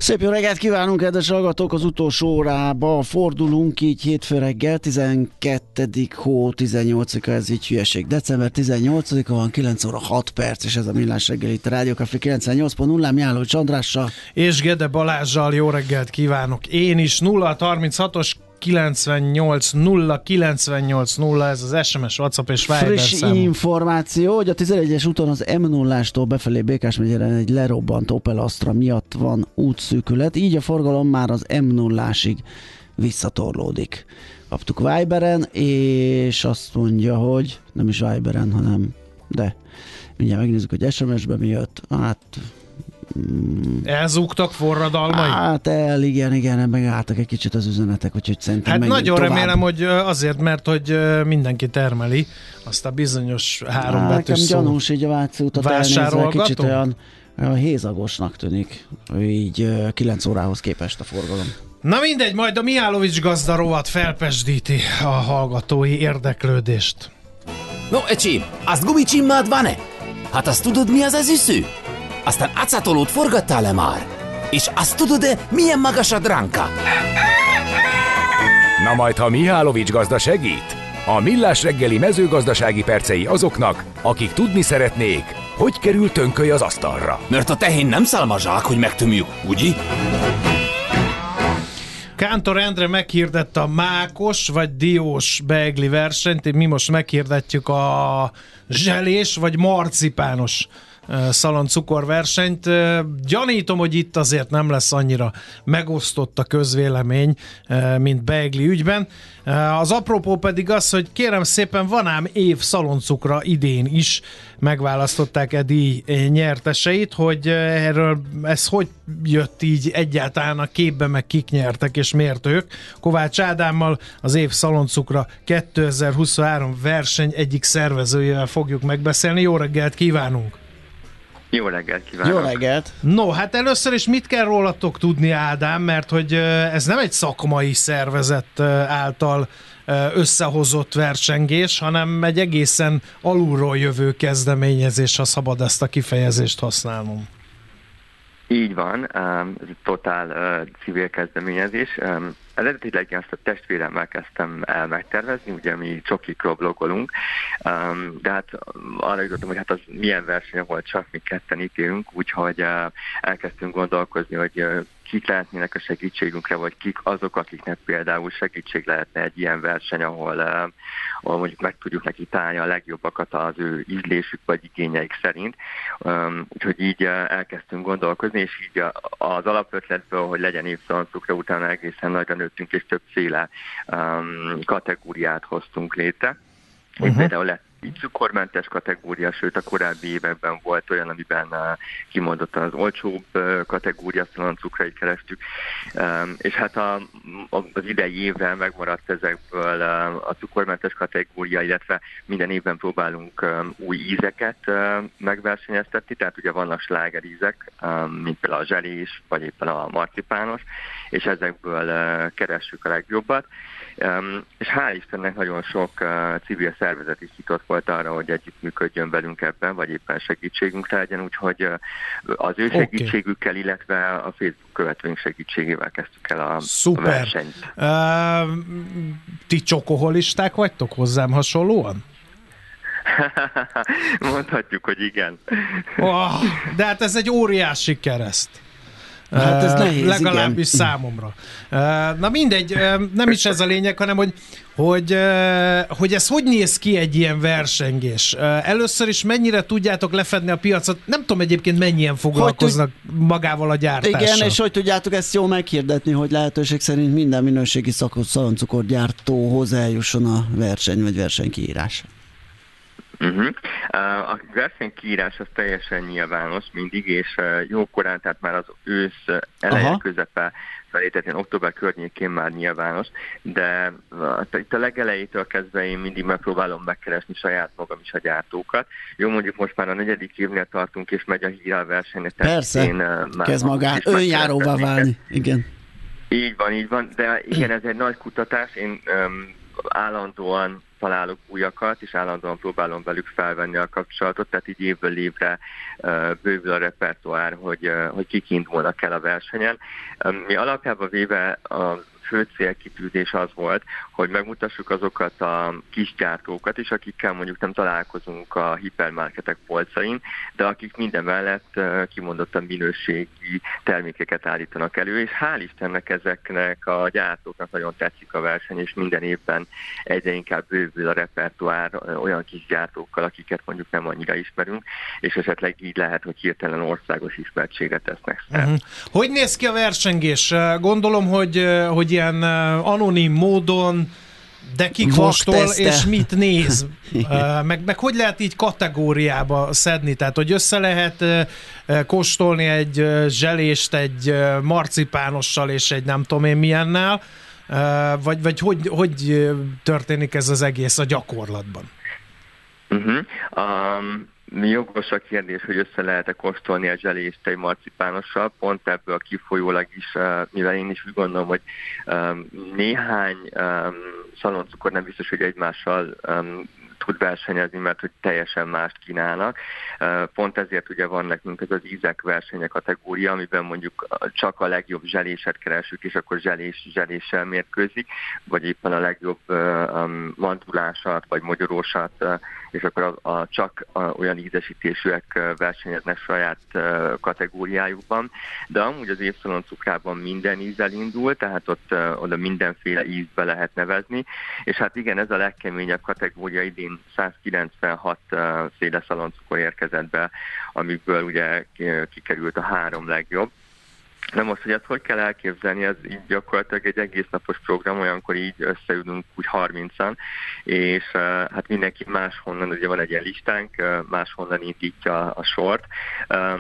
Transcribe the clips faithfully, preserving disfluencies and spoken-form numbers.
Szép jó reggelt kívánunk, kedves hallgatók! Az utolsó órába fordulunk, így hétfő reggel, tizenkettedik hó tizennyolcadika, ez így hülyeség. december tizennyolcadika van, kilenc óra hat perc, és ez a Millás reggel itt a Rádió Café kilencvennyolc pont nullán, Mihálovics Andrással. És Gede Balázssal jó reggelt kívánok. Én is nulla harminchatos kilencvennyolc nulla kilencvennyolc nulla, ez az es em es, WhatsApp és Viber Friss számunk. információ, hogy a tizenegyes úton az em nullástól befelé Békás megyeren egy lerobbant Opel Astra miatt van útszűkület, így a forgalom már az em nullásig visszatorlódik. Kaptuk Viberen, és azt mondja, hogy nem is Viberen, hanem de mindjárt megnézzük, hogy es em es-be mi jött. Hát Elzúgtak forradalmai? Hát el, igen, igen, megálltak egy kicsit az üzenetek, úgyhogy szerintem Hát nagyon tovább. remélem, hogy azért, mert hogy mindenki termeli azt a bizonyos három Á, betűs nekem szó. gyanús így a Váci utat elnézve, kicsit olyan, olyan hézagosnak tűnik, így kilenc órához képest a forgalom. Na mindegy, majd a Mihálovics gazda rovat felpesdíti a hallgatói érdeklődést. No, ecsi, azt gumicsimmád van-e? Hát azt tudod, mi az az üsző? Aztán acatolót forgattál-e már? És azt tudod-e, milyen magas a dránka? Na majd, ha Mihálovics gazda segít? A Millás reggeli mezőgazdasági percei azoknak, akik tudni szeretnék, hogy kerül tönköly az asztalra. Mert a tehén nem szálmazsák, hogy megtömjük, ugye? Kántor Endre meghirdette a mákos vagy diós beigli versenyt, mi most meghirdetjük a zselés vagy marcipános szaloncukorversenyt. Gyanítom, hogy itt azért nem lesz annyira megosztott a közvélemény, mint beigli ügyben. Az apropó pedig az, hogy kérem szépen, van ám év szaloncukra idén is, megválasztották e díj nyerteseit, hogy erről ez hogy jött így egyáltalán a képbe, meg kik nyertek és miért ők. Kovács Ádámmal, az év szaloncukra kétezer-huszonhárom verseny egyik szervezőjével fogjuk megbeszélni. Jó reggelt kívánunk! Jó reggelt kívánok! Jó reggelt! No, hát először is mit kell rólatok tudni, Ádám, mert hogy ez nem egy szakmai szervezet által összehozott versengés, hanem egy egészen alulról jövő kezdeményezés, ha szabad ezt a kifejezést használnom. Így van, ez egy totál uh, civil kezdeményezés. Um, eredetileg ezt a testvéremmel kezdtem el megtervezni, ugye mi csokikról blogolunk, um, de hát arra jutottam, hogy hát az milyen verseny, ahol csak mi ketten itt élünk, úgyhogy uh, elkezdtünk gondolkozni, hogy uh, kik lehetnének a segítségünkre, vagy kik azok, akiknek például segítség lehetne egy ilyen verseny, ahol, uh, ahol mondjuk meg tudjuk neki találni a legjobbakat az ő ízlésük vagy igényeik szerint. Um, úgyhogy így uh, elkezdtünk gondolkozni, és így uh, az alapötletből, hogy legyen évszaloncukra, utána egészen nagyra nőttünk, és többféle um, kategóriát hoztunk létre. Uh-huh. Például lett így cukormentes kategória, sőt a korábbi években volt olyan, amiben uh, kimondottan az olcsóbb uh, kategória szaloncukrait kerestük, um, és hát a, a, az idei évben megmaradt ezekből uh, a cukormentes kategória, illetve minden évben próbálunk um, új ízeket uh, megversenyeztetni, tehát ugye vannak slágerízek, um, mint például a zselés, vagy éppen a marcipános, és ezekből uh, keressük a legjobbat. Um, és hál' Istennek nagyon sok uh, civil szervezet is nyitott volt arra, hogy együttműködjön velünk ebben, vagy éppen segítségünkre legyen, úgyhogy uh, az ő segítségükkel, okay. illetve a Facebook követőink segítségével kezdtük el a, a versenyt. Uh, ti csokoholisták vagytok hozzám hasonlóan? Mondhatjuk, hogy igen. Oh, de hát ez egy óriási kereszt. Hát ez nehéz, legalábbis igen. számomra. Na mindegy, nem is ez a lényeg, hanem hogy, hogy, hogy ez hogy néz ki egy ilyen versengés. Először is mennyire tudjátok lefedni a piacot? Nem tudom egyébként mennyien foglalkoznak tud... magával a gyártással. Igen, és hogy tudjátok ezt jól meghirdetni, hogy lehetőség szerint minden minőségi szaloncukorgyártóhoz eljusson a verseny vagy versenykiírás. Uh-huh. A versenykiírás az teljesen nyilvános mindig, és jókorán, tehát már az ősz eleje, Aha. közepe felé, tehát október környékén már nyilvános, de itt a legelejétől kezdve én mindig megpróbálom megkeresni saját magam is a gyártókat. Jó, mondjuk most már a negyedik évnél tartunk, és megy a hír a versenyre. Persze, én, már kezd magát önjáróvá válni. Igen. Így van, így van, de igen, ez egy nagy kutatás, én um, állandóan találok újakat, és állandóan próbálom velük felvenni a kapcsolatot, tehát így évből évre bővül a repertoár, hogy, hogy kik indulnak el a versenyen. Mi alapjában véve a fő célkitűzés az volt, hogy megmutassuk azokat a kisgyártókat is, akikkel mondjuk nem találkozunk a hipermarketek polcain, de akik minden mellett kimondottan minőségi termékeket állítanak elő, és hál' Istennek ezeknek a gyártóknak nagyon tetszik a verseny, és minden évben egyre inkább bővül a repertoár olyan kisgyártókkal, akiket mondjuk nem annyira ismerünk, és esetleg így lehet, hogy hirtelen országos ismertségre tesznek szert. Uh-huh. Hogy néz ki a versengés? Gondolom, hogy, hogy ilyen anonim módon, de ki kóstol és mit néz? meg, meg hogy lehet így kategóriába szedni? Tehát, hogy össze lehet kóstolni egy zselést egy marcipánossal és egy nem tudom én milyennel? Vagy, vagy hogy, hogy történik ez az egész a gyakorlatban? Uh-huh. Um... Jogos a kérdés, hogy össze lehet-e kóstolni a zselést egy marcipánossal, pont ebből kifolyólag is, mivel én is úgy gondolom, hogy néhány szaloncukor nem biztos, hogy egymással tud versenyezni, mert hogy teljesen mást kínálnak. Pont ezért ugye van nekünk ez az ízek versenye kategória, amiben mondjuk csak a legjobb zseléset keresünk, és akkor zselés zseléssel mérkőzik, vagy éppen a legjobb mandulásat, vagy mogyorósat, és akkor a, a, csak a, olyan ízesítésűek versenyeznek saját kategóriájukban. De amúgy az évszalon cukrában minden ízzel indul, tehát ott oda mindenféle ízbe lehet nevezni, és hát igen, ez a legkeményebb kategória, idén százkilencvenhat féle szaloncukor érkezett be, amikből ugye kikerült a három legjobb. Na most, hogy ezt hogy kell elképzelni, ez így gyakorlatilag egy egész napos program, olyankor így összeülünk úgy harmincan, és uh, hát mindenki máshonnan, ugye van egy ilyen listánk, uh, máshonnan indítja a sort. Um,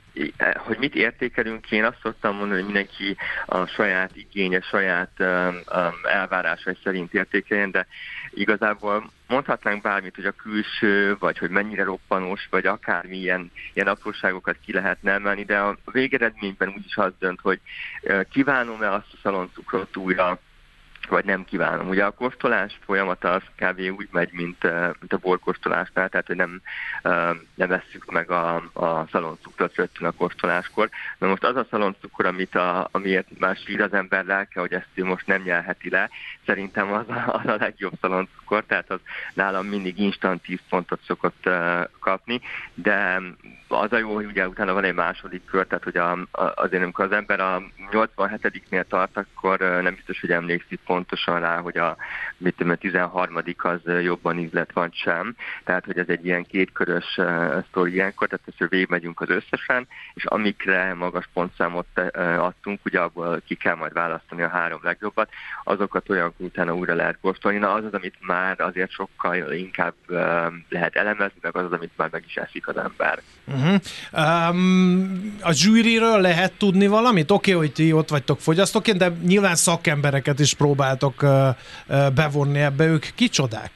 hogy mit értékelünk, én azt szoktam mondani, hogy mindenki a saját igénye, saját um, um, elvárásai szerint értékeljen, de igazából mondhatnánk bármit, hogy a külső, vagy hogy mennyire roppanós, vagy akármilyen ilyen apróságokat ki lehetne emelni, de a végeredményben úgyis az dönt, hogy kívánom-e azt a szaloncukrot újra, vagy nem kívánom. Ugye a kóstolás folyamata az kb. Úgy megy, mint, mint a borkóstolásnál, tehát hogy nem, nem vesszük meg a, a szaloncukrot rögtön a kóstoláskor. Na most az a szaloncukor, amit a, amiért már sír az ember lelke, hogy ezt ő most nem nyelheti le, szerintem az a, az a legjobb szaloncukor, tehát az nálam mindig instant tíz pontot szokott kapni, de az a jó, hogy ugye utána van egy második kör, tehát hogy a, a, azért amikor az ember a nyolcvanhetediknél tart, akkor nem biztos, hogy emlékszik pontosan rá, hogy a, mit tudom, a tizenharmadik az jobban ízlet van sem. Tehát, hogy ez egy ilyen kétkörös uh, sztori ilyenkor, tehát ezt végigmegyünk az összesen, és amikre magas pontszámot uh, adtunk, ugye abból ki kell majd választani a három legjobbat, azokat olyankor utána újra lehet kóstolni. Na az az, amit már azért sokkal inkább uh, lehet elemezni, meg az az, amit már meg is eszik az ember. Uh-huh. Um, a zsűriről lehet tudni valamit? Oké, okay, hogy ti ott vagytok fogyasztóként, de nyilván szakembereket is próbáltok uh, uh, bevonni ebbe. Ők kicsodák?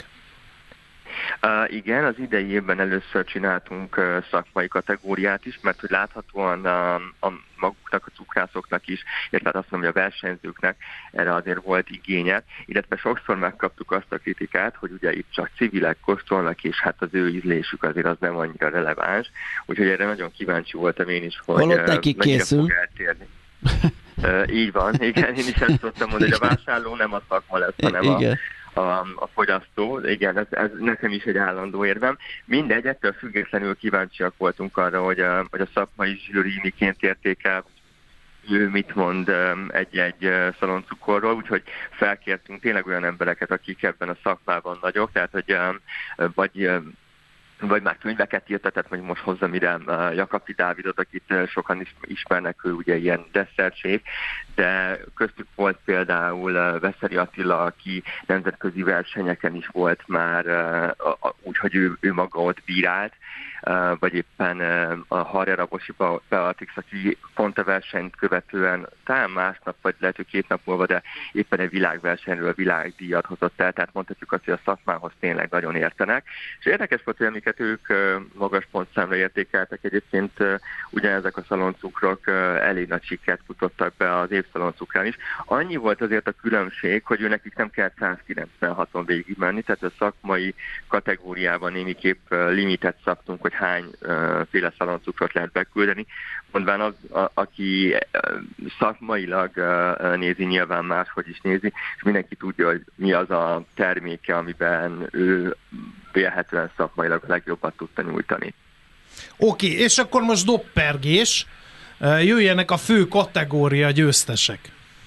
Uh, igen, az idei évben először csináltunk uh, szakmai kategóriát is, mert hogy láthatóan uh, a maguknak, a cukrászoknak is, illetve azt mondom, hogy a versenyzőknek erre azért volt igénye, illetve sokszor megkaptuk azt a kritikát, hogy ugye itt csak civilek kóstolnak, és hát az ő ízlésük azért az nem annyira releváns, úgyhogy erre nagyon kíváncsi voltam én is, hogy uh, mennyire fog eltérni. uh, így van, igen, én is ezt szoktam mondani, hogy a vásárló nem a szakma lesz, hanem a, a, a fogyasztó. Igen, ez, ez nekem is egy állandó érvem. Mindegy, ettől függetlenül kíváncsiak voltunk arra, hogy a, hogy a szakmai zsűri miként értékel, ő mit mond egy-egy szaloncukorról, úgyhogy felkértünk tényleg olyan embereket, akik ebben a szakmában nagyok, tehát hogy vagy vagy már könyveket írta, tehát hogy most hozzam ide uh, Jakapi Dávidot, akit uh, sokan is ismernek, ő ugye ilyen desszertséf, de köztük volt például uh, Veszeli Attila, aki nemzetközi versenyeken is volt már, uh, úgy, hogy ő, ő maga ott bírált, vagy éppen a Harjarabosi Beatrix, aki pont a versenyt követően talán másnap, vagy lehet, hogy két nap múlva, de éppen egy világversenyről világdíjat hozott el, tehát mondhatjuk azt, hogy a szakmához tényleg nagyon értenek. És érdekes volt, hogy amiket ők magas pontszámra értékeltek, egyébként ugyanezek a szaloncukrok elég nagy sikert futottak be az évszaloncukrán is. Annyi volt azért a különbség, hogy ő nekik nem kell száz kilencvenhaton végig menni, tehát a szakmai kategóriában némiképp limitet szabtunk, hogy hány féle szaloncukrot lehet beküldeni. Mondván az, a, aki szakmailag nézi, nyilván máshogy is nézi, és mindenki tudja, hogy mi az a terméke, amiben ő vélhetően szakmailag a legjobbat tudta nyújtani. Oké, okay, és akkor most doppergés, jöjjenek a fő kategória győztesek.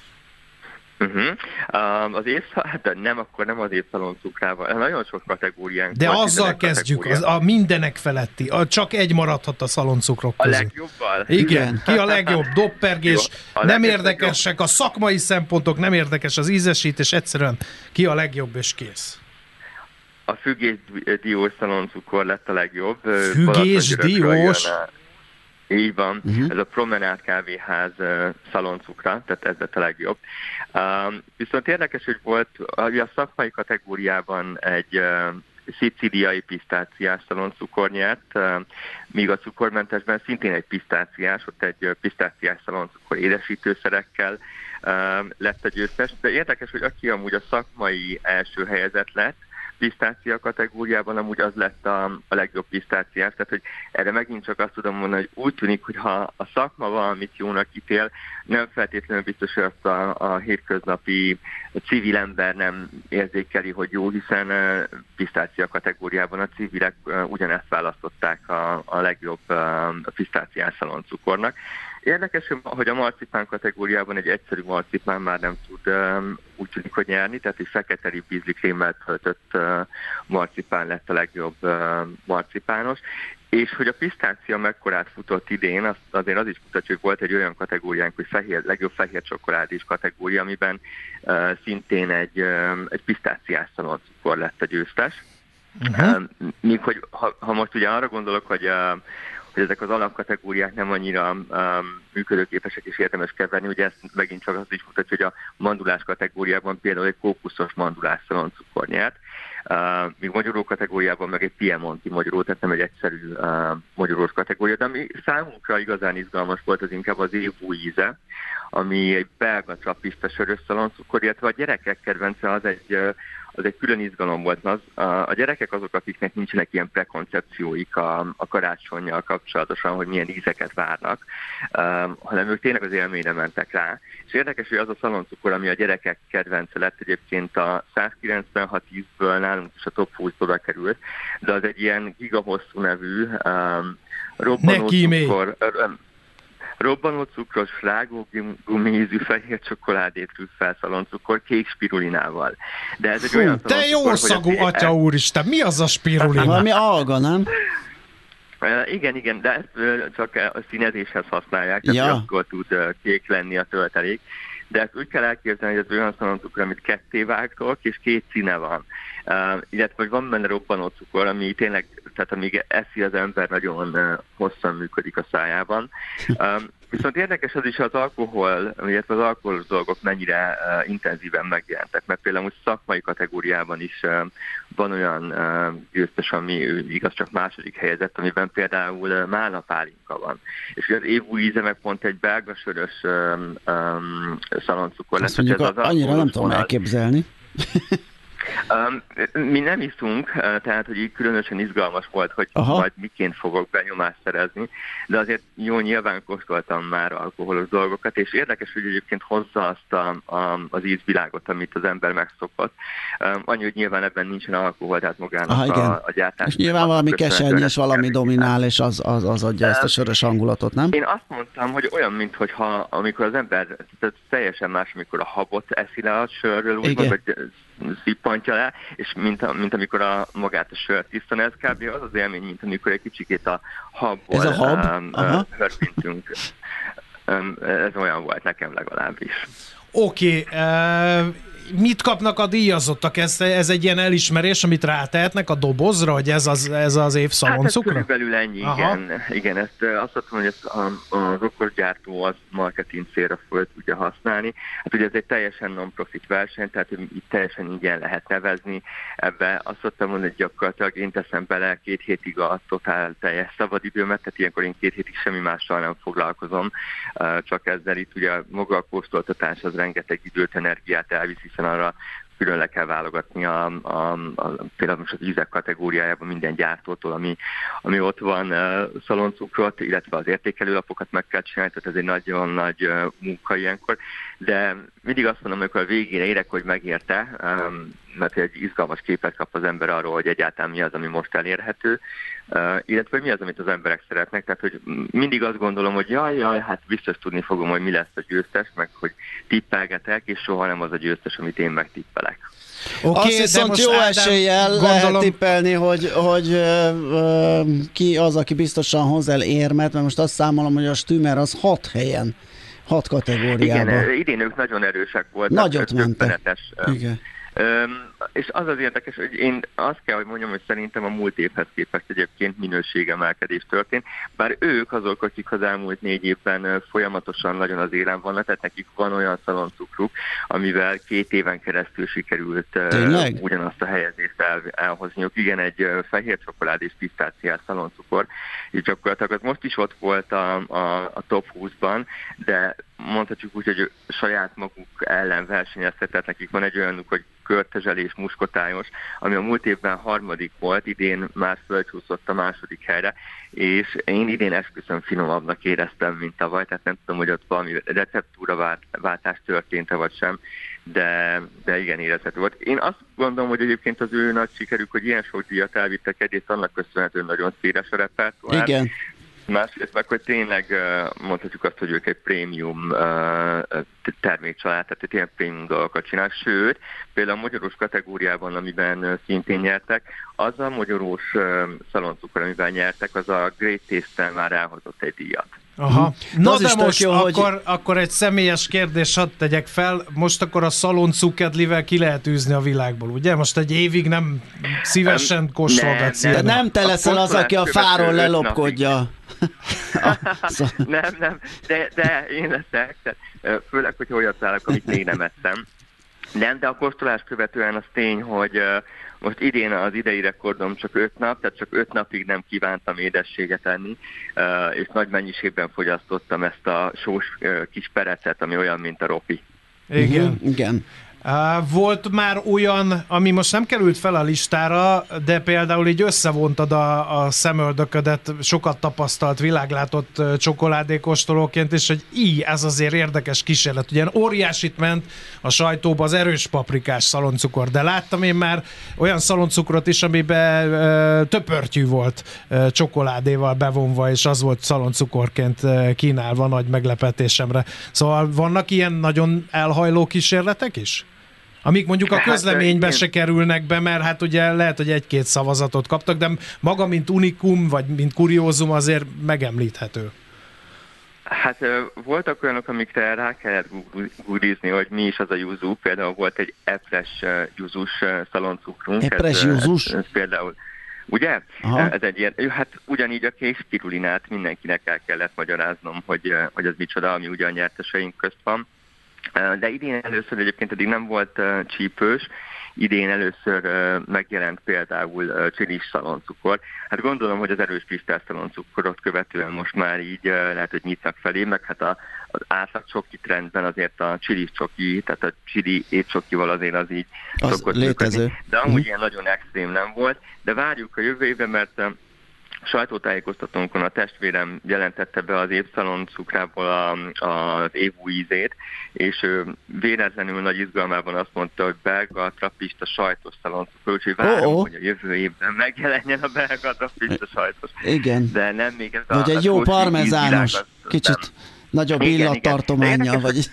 Uh-huh. Um, az évszal, hát nem, akkor nem az évszaloncukrával, nagyon sok kategóriánk. De azzal kezdjük, az, a mindenek feletti, a, csak egy maradhat a szaloncukrok közül. A legjobbal? Igen, ki a legjobb, doppergés, jó, nem érdekesek legjobb. A szakmai szempontok, nem érdekes az ízesítés, egyszerűen ki a legjobb és kész. A fügésdiós szaloncukor lett a legjobb. Fügésdiós? Így van, uh-huh. Ez a Promenade kávéház uh, szaloncukra, tehát ez lett a legjobb. Um, viszont érdekes, hogy volt a, a szakmai kategóriában egy uh, szicíliai pisztáciás szaloncukor nyert, uh, míg a cukormentesben szintén egy pisztáciás, ott egy uh, pisztáciás szaloncukor édesítőszerekkel uh, lett a győztes, de érdekes, hogy aki amúgy a szakmai első helyezett lett, pisztácia kategóriában amúgy az lett a, a legjobb pisztáciás, tehát hogy erre megint csak azt tudom mondani, hogy úgy tűnik, hogy ha a szakma valamit jónak ítél, nem feltétlenül biztos, hogy azt a, a hétköznapi civil ember nem érzékeli, hogy jó, hiszen uh, pisztácia kategóriában a civilek uh, ugyanezt választották a, a legjobb uh, pisztáciás szaloncukornak. Érdekes, hogy a marcipán kategóriában egy egyszerű marcipán már nem tud um, úgy tűnik, hogy nyerni, tehát egy feketeri bízlikrémmel töltött uh, marcipán lett a legjobb uh, marcipános, és hogy a pisztácia mekkorát futott idén, azt azért az is mutatja, hogy volt egy olyan kategóriánk, hogy fehér, legjobb fehér csokoládés kategória, amiben uh, szintén egy, um, egy pisztáciás szaloncukor lett a győztes. Uh-huh. Um, míg hogy ha, ha most ugye arra gondolok, hogy uh, hogy ezek az alapkategóriák nem annyira um, működőképesek és érdemes keverni, ugye ezt megint csak azt is mutatja, hogy a mandulás kategóriában például egy kókuszos mandulás szaloncukor nyert, uh, míg magyaró kategóriában meg egy piemonti magyaró, tehát nem egy egyszerű uh, magyarós kategória, de ami számunkra igazán izgalmas volt, az inkább az év új íze, ami egy belga trappista sörös szaloncukor, illetve a gyerekek kedvence az egy uh, az egy külön izgalom volt. Az, a, a gyerekek azok, akiknek nincsenek ilyen prekoncepcióik a, a karácsonnyal kapcsolatosan, hogy milyen ízeket várnak, um, hanem ők tényleg az élményre mentek rá. És érdekes, hogy az a szaloncukor, ami a gyerekek kedvence lett, egyébként a százkilencvenhat ízből nálunk is a top húszba került, de az egy ilyen gigahosszú nevű um, robbanó cukor, robbanó cukros, rágógumízű fehér csokoládét trüffel szaloncukor, kék spirulinával. De ez egy Fú, olyan te jó szagú, atya úristen, mi az a spirulina? Valami alga, nem? Uh, igen, igen, de ezt uh, csak a színezéshez használják, tehát ja. akkor tud uh, kék lenni a töltelék. De ezt úgy kell elképzelni, hogy ez olyan szaloncukor, amit ketté vágtok, és két színe van. Uh, illetve, hogy van benne robbanó cukor, ami tényleg, tehát amíg eszi az ember, nagyon uh, hosszan működik a szájában. Um, viszont érdekes az is az alkohol, illetve az alkoholos dolgok mennyire uh, intenzíven megjelentek, mert például most szakmai kategóriában is uh, van olyan uh, győztes, ami igaz csak második helyezett, amiben például uh, málnapálinka van. És az év új íze meg pont egy belga sörös um, um, szaloncukor. Azt mondjuk, az annyira nem tudom elképzelni. Um, mi nem iszunk, tehát hogy így különösen izgalmas volt, hogy Aha. majd miként fogok benyomást szerezni, de azért jó, nyilván kóstoltam már alkoholos dolgokat, és érdekes, hogy egyébként hozza azt a, a, az ízvilágot, amit az ember megszokott. Um, annyi, hogy nyilván ebben nincsen alkohol, tehát magának Aha, a, a gyártás. És nyilván valami kesernyés, valami dominál, és az, az, az adja um, ezt a sörös hangulatot, nem? Én azt mondtam, hogy olyan, mintha amikor az ember, tehát teljesen más, amikor a habot eszi le a sörről, úgymond, vagy szippantja le, és mint, mint amikor a, magát a sört tisztan, ez kb. Az az élmény, mint amikor egy kicsikét a habból ez a hab? um, uh, hörpintünk. Um, ez olyan volt nekem legalábbis. Oké, okay, uh, mit kapnak a díjazottak? Ez, ez egy ilyen elismerés, amit rátehetnek a dobozra, hogy ez az, ez az év szaloncukra? Hát ez körülbelül ennyi, igen. igen. Ezt azt mondtam, hogy ezt a, a rokorgyártó az marketing célra föl tudja használni. Hát ugye ez egy teljesen non-profit verseny, tehát itt teljesen ingyen lehet nevezni. Ebbe azt mondtam mondani, hogy gyakorlatilag én teszem bele két hétig a totál teljes szabadidőmet, tehát ilyenkor én két hétig semmi mással nem foglalkozom, csak ezzel itt ugye maga a kóstoltatás az rengeteg időt, energiát elvisz, hiszen arra külön le kell válogatni a, a, a, például most az ízek kategóriájában minden gyártótól, ami, ami ott van uh, szaloncukrot, illetve az értékelőlapokat meg kell csinálni, tehát ez egy nagyon nagy uh, munka ilyenkor, de mindig azt mondom, amikor a végére érek, hogy megérte, um, mert egy izgalmas képet kap az ember arról, hogy egyáltalán mi az, ami most elérhető, uh, illetve mi az, amit az emberek szeretnek, tehát hogy mindig azt gondolom, hogy jaj, jaj, hát biztos tudni fogom, hogy mi lesz a győztes, meg hogy tippelgetek, és soha nem az a győztes, amit én megtippelek. Okay, azt viszont jó Ádám, eséllyel gondolom... lehet tippelni, hogy, hogy ö, ö, ki az, aki biztosan hoz el érmet, mert most azt számolom, hogy a Stümer az hat helyen, hat kategóriában. Igen, idén ők nagyon erősek voltak. Nagyot mentek. Igen. Üm, és az az érdekes, hogy én azt kell, hogy mondjam, hogy szerintem a múlt évhez képest egyébként minőségemelkedés történt, bár ők azok, akik az elmúlt négy évben folyamatosan nagyon az élen vannak, tehát nekik van olyan szaloncukruk, amivel két éven keresztül sikerült Tényleg? ugyanazt a helyezést el, elhozniuk. Igen, egy fehér csokolád és pisztáciás szaloncukor, és gyakorlatilag az most is ott volt a, a, a top húszban, de mondhatjuk úgy, hogy saját maguk ellen versenyeztek, tehát nekik van egy olyanuk, hogy körtezselés, muskotályos, ami a múlt évben harmadik volt, idén már fölcsúszott a második helyre, és én idén esküszöm finomabbnak éreztem, mint tavaly, tehát nem tudom, hogy ott valami receptúraváltás történt-e vagy sem, de, de igen, érezhető volt. Én azt gondolom, hogy egyébként az ő nagy sikerük, hogy ilyen sok díjat elvittek, egyrészt annak köszönhetően nagyon széles a repertoár. Igen. Másrészt meg, hogy tényleg mondhatjuk azt, hogy ők egy prémium termékcsalád, tehát egy ilyen prémium dolgokat csinál. Sőt, például a magyarós kategóriában, amiben szintén nyertek, az a magyarós szaloncukor, amiben nyertek, az a Great Taste-tel már elhozott egy díjat. Aha. Na de, de most jó, akkor, hogy... akkor egy személyes kérdés hadd tegyek fel. Most akkor a szaloncukedlivel ki lehet űzni a világból, ugye? Most egy évig nem szívesen kóstolgatsz. Nem, nem, nem te leszel az, aki a fáról lelopkodja. nem, nem, de, de én leszek. Tehát, főleg, hogy olyat szállok, amit még nem ettem. Nem, de a kóstolás követően az tény, hogy most idén az idei rekordom csak öt nap, tehát csak öt napig nem kívántam édességet enni, és nagy mennyiségben fogyasztottam ezt a sós kis perecet, ami olyan, mint a ropi. Igen. Uh-huh, igen. Uh, volt már olyan, ami most nem került fel a listára, de például így összevontad a, a szemöldöködet sokat tapasztalt, világlátott uh, csokoládékostolóként, és hogy így, ez azért érdekes kísérlet. Ugye óriásit ment a sajtóba az erős paprikás szaloncukor, de láttam én már olyan szaloncukrot is, amiben uh, töpörtyű volt uh, csokoládéval bevonva, és az volt szaloncukorként uh, kínálva nagy meglepetésemre. Szóval vannak ilyen nagyon elhajló kísérletek is? Amik mondjuk a közleménybe hát, se kerülnek be, mert hát ugye lehet, hogy egy-két szavazatot kaptak, de maga, mint unikum, vagy mint kuriózum azért megemlíthető. Hát voltak olyanok, amikre rá kellett googlizni, hogy mi is az a yuzu. Például volt egy epres yuzus szaloncukrunk. Epres yuzus? Ez, ez például, ugye? Aha. Ez egy ilyen, hát ugyanígy a késpirulinát mindenkinek el kellett magyaráznom, hogy, hogy az micsoda, ami ugye a nyerteseink közt van. De idén először egyébként eddig nem volt uh, csípős, idén először uh, megjelent például uh, csilis szaloncukor. Hát gondolom, hogy az erős pisztás szaloncukorot követően most már így uh, lehet, hogy nyitnak felé, meg hát a, az átlag csoki trendben azért a csilis csoki, tehát a csili étcsokival azért az így az szokott létező. Működni. De amúgy mm. ilyen nagyon extrém nem volt, de várjuk a jövő évben, mert uh, sajtótájékoztatónkon a testvérem jelentette be az évszaloncukrából az év új ízét, és ő véletlenül nagy izgalmában azt mondta, hogy belga trappista sajtos szaloncukor, úgyhogy várom, oh, oh. hogy a jövő évben megjelenjen a belga trappista sajtos. Igen. De nem még ez vagy a... egy jó parmezános, kicsit nem. Nagyobb illattartománya, vagy...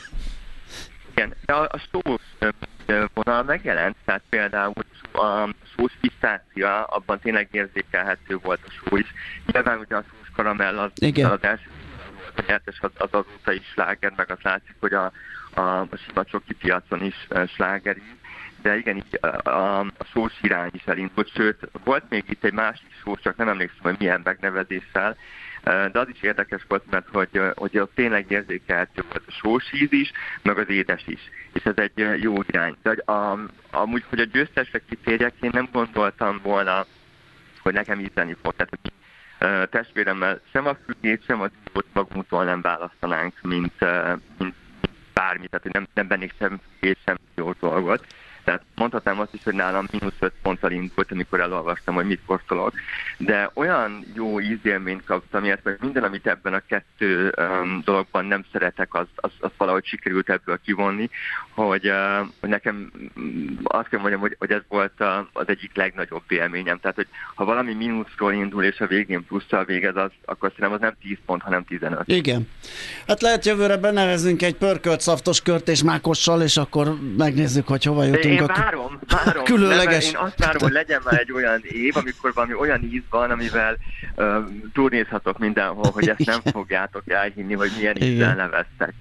Igen, a, a sós vonal megjelent, tehát például a sós pisztácia, abban tényleg érzékelhető volt a só is. Nyilván ugye a sós karamell az, az első a nyertes az, az azóta is sláger, meg az látszik, hogy a, a, a sima csoki piacon is sláger. De igen, így a, a, a sós irány is elindult, sőt, volt még itt egy másik sós, csak nem emlékszem, hogy milyen megnevezéssel, de az is érdekes volt, mert hogy, hogy tényleg érzékelhető volt a sós íz is, meg az édes is, és ez egy jó irány. De a, amúgy, hogy a győztesre kitérjek, én nem gondoltam volna, hogy nekem ízleni fog. Tehát mi testvéremmel sem a függét, sem a diót magunktól nem választanánk, mint, mint bármi, tehát nem, nem bennék sem függét, sem jó dolgot. Tehát mondhatnám azt is, hogy nálam mínusz öt ponttal indult, amikor elolvastam, hogy mit kóstolok. De olyan jó ízélményt kaptam, illetve minden, amit ebben a kettő um, dologban nem szeretek, az, az, az valahogy sikerült ebből kivonni, hogy, uh, hogy nekem azt kell mondjam, hogy, hogy ez volt a, az egyik legnagyobb élményem. Tehát, hogy ha valami mínuszról indul, és a végén plusszal végez, az, akkor szerintem az nem tíz pont, hanem tizenöt. Igen. Hát lehet jövőre benevezünk egy pörkölt szaftos kört és mákossal, és akkor megnézzük, hogy hova jutunk. Én várom, várom. Különleges. Én azt várom, hogy legyen már egy olyan év, amikor valami olyan íz van, amivel uh, turnézhatok mindenhol, hogy ezt nem fogjátok elhinni, hogy milyen ízzel neveztek.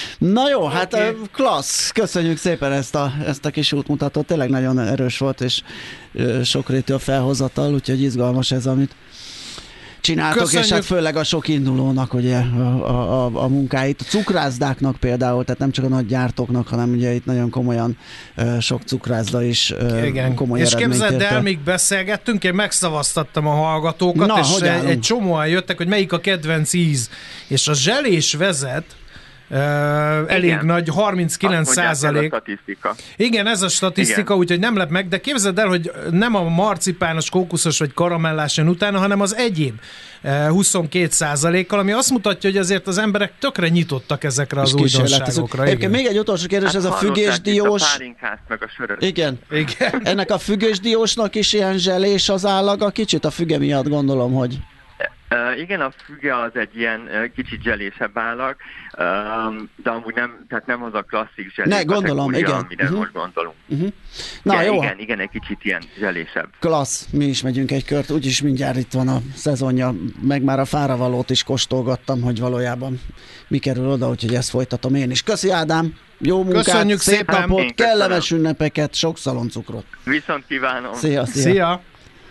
Na jó, hát okay. Klassz. Köszönjük szépen ezt a, ezt a kis útmutatót. Tényleg nagyon erős volt, és uh, sokrétű a felhozatal, úgyhogy izgalmas ez, amit csináltok, köszönjük. És hát főleg a sok indulónak ugye a, a, a munkáit, a cukrászdáknak például, tehát nem csak a nagy gyártóknak, hanem ugye itt nagyon komolyan uh, sok cukrászda is uh, igen. komoly és képzeld el, el. míg beszélgettünk, én megszavaztattam a hallgatókat, na, és egy, egy csomóan jöttek, hogy melyik a kedvenc íz, és a zselés vezet. Uh, elég igen. Nagy, harminckilenc százalék. Igen, ez a statisztika, úgyhogy nem lep meg, de képzeld el, hogy nem a marcipános, kókuszos vagy karamellás jön utána, hanem az egyéb uh, huszonkét százalékkal, ami azt mutatja, hogy azért az emberek tökre nyitottak ezekre az újdonságokra. Egyébként még egy utolsó kérdés, hát ez a fügésdiós... meg a söröt. Igen. Igen. Ennek a fügésdiósnak is ilyen zselés az állaga, kicsit a füge miatt gondolom, hogy... Uh, igen, a füge az egy ilyen uh, kicsit zselésebb állag, uh, de amúgy nem, tehát nem az a klasszik zselés, ne, gondolom, igen. amire uh-huh. most gondolunk. Uh-huh. Na, igen, jó. Igen, igen, egy kicsit ilyen zselésebb. Klassz, mi is megyünk egy kört, úgyis mindjárt itt van a szezonja, meg már a fáravalót is kóstolgattam, hogy valójában mi kerül oda, úgyhogy ezt folytatom én is. Köszi Ádám, jó munkát, köszönjük szép szépen. napot, kellemes ünnepeket, sok szaloncukrot. Viszont kívánom. Szia, szia. Szia.